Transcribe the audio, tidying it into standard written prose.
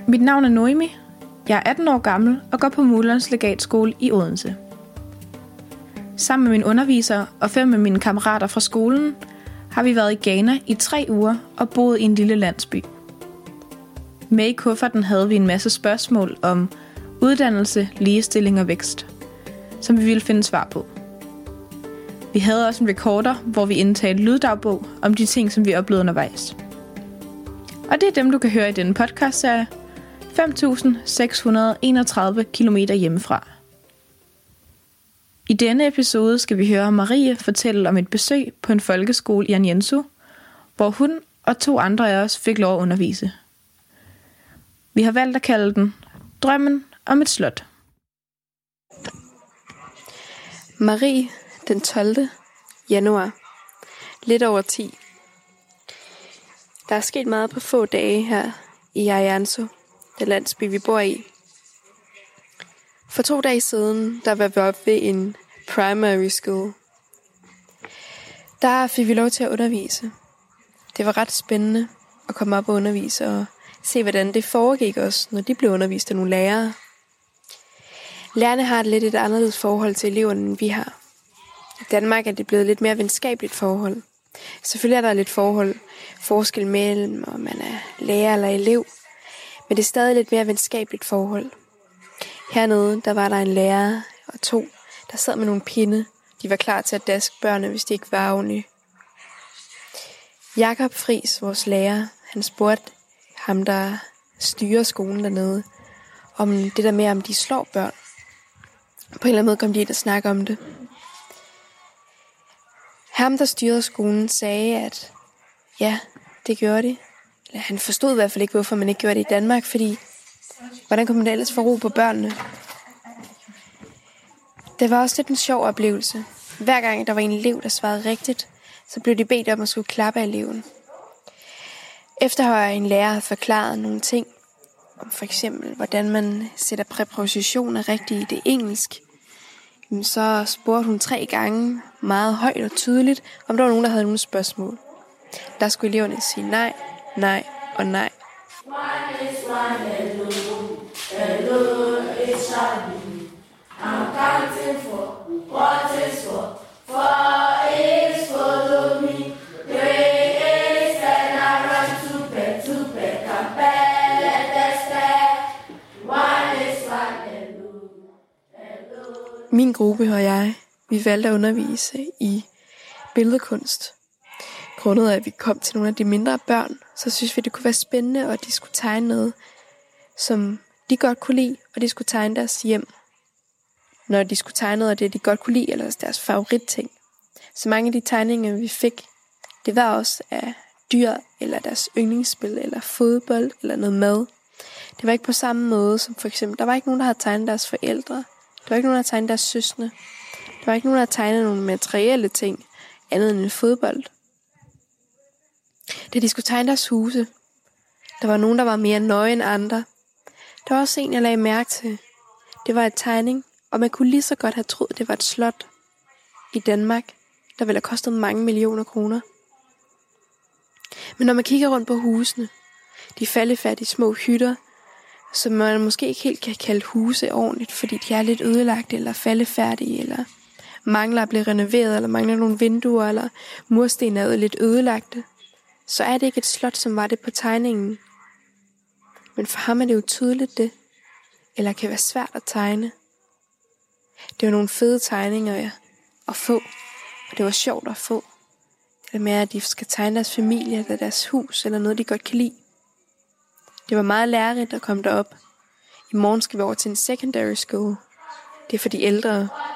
Mit navn er Noemi. Jeg er 18 år gammel og går på Mulerens Legatskole i Odense. Sammen med min underviser og 5 af mine kammerater fra skolen har vi været i Ghana i 3 uger og boet i en lille landsby. Med i kufferten havde vi en masse spørgsmål om uddannelse, ligestilling og vækst, som vi ville finde svar på. Vi havde også en recorder, hvor vi indtalte lyddagbog om de ting, som vi oplevede undervejs. Og det er dem, du kan høre i denne podcastserie, 5.631 kilometer hjemmefra. I denne episode skal vi høre Marie fortælle om et besøg på en folkeskole i Anjensu, hvor hun og 2 andre af os fik lov at undervise. Vi har valgt at kalde den Drømmen om et slot. Marie, den 12. januar. Lidt over 10. Der er sket meget på få dage her i Anjensu, den landsby vi bor i. For 2 dage siden, der var vi oppe ved en primary school. Der fik vi lov til at undervise. Det var ret spændende at komme op og undervise og se, hvordan det foregik også, når de blev undervist af nogle lærere. Lærerne har et anderledes forhold til eleverne, end vi har. I Danmark er det blevet lidt mere venskabeligt forhold. Selvfølgelig er der lidt forskel mellem, om man er lærer eller elev, men det er stadig lidt mere venskabeligt forhold. Hernede, der var der en lærer og 2, der sad med nogle pinde. De var klar til at daske børnene, hvis de ikke var ordentlige. Jakob Friis, vores lærer, han spurgte ham, der styrer skolen dernede, om det der med, om de slår børn. På en eller anden måde kom de ind og snakke om det. Ham, der styrede skolen, sagde, at ja, det gjorde de. Eller han forstod i hvert fald ikke, hvorfor man ikke gjorde det i Danmark, fordi hvordan kunne man ellers få ro på børnene? Det var også lidt en sjov oplevelse. Hver gang der var en elev, der svarede rigtigt, så blev de bedt om at skulle klappe af eleven. Efter har en lærer havde forklaret nogle ting, om for eksempel, hvordan man sætter præpositioner rigtigt i det engelsk, så spurgte hun 3 gange meget højt og tydeligt, om der var nogen, der havde nogle spørgsmål. Der skulle eleverne sige nej, nej og nej. One is one, hello is shining. I'm counting for what is for is follow me. 3 is and I run to bed, compare, let us stare. One is one, hello. Min gruppe og jeg, vi valgte at undervise i billedkunst. Grundet af, at vi kom til nogle af de mindre børn, så synes vi, det kunne være spændende, at de skulle tegne noget, som de godt kunne lide, og de skulle tegne deres hjem. Når de skulle tegne noget af det, de godt kunne lide, eller deres favoritting. Så mange af de tegninger, vi fik, det var også af dyr, eller deres yndlingsspil, eller fodbold, eller noget mad. Det var ikke på samme måde som for eksempel, der var ikke nogen, der havde tegnet deres forældre. Der var ikke nogen, der havde tegnet deres søskende. Der var ikke nogen, der havde tegnet nogle materielle ting, andet end en fodbold. Da de skulle tegne deres huse, der var nogen, der var mere nøje end andre. Der var også en, jeg lagde mærke til. Det var et tegning, og man kunne lige så godt have troet, det var et slot i Danmark, der ville have kostet mange millioner kroner. Men når man kigger rundt på husene, de faldefærdige små hytter, som man måske ikke helt kan kalde huse ordentligt, fordi de er lidt ødelagte eller faldefærdige, eller mangler at blive renoveret, eller mangler nogle vinduer, eller mursten er lidt ødelagte, så er det ikke et slot, som var det på tegningen. Men for ham er det jo tydeligt det, eller kan være svært at tegne. Det var nogle fede tegninger at få, og det var sjovt at få. Det med, at de skal tegne deres familie, eller deres hus, eller noget, de godt kan lide. Det var meget lærerigt at komme derop. I morgen skal vi over til en secondary school. Det er for de ældre.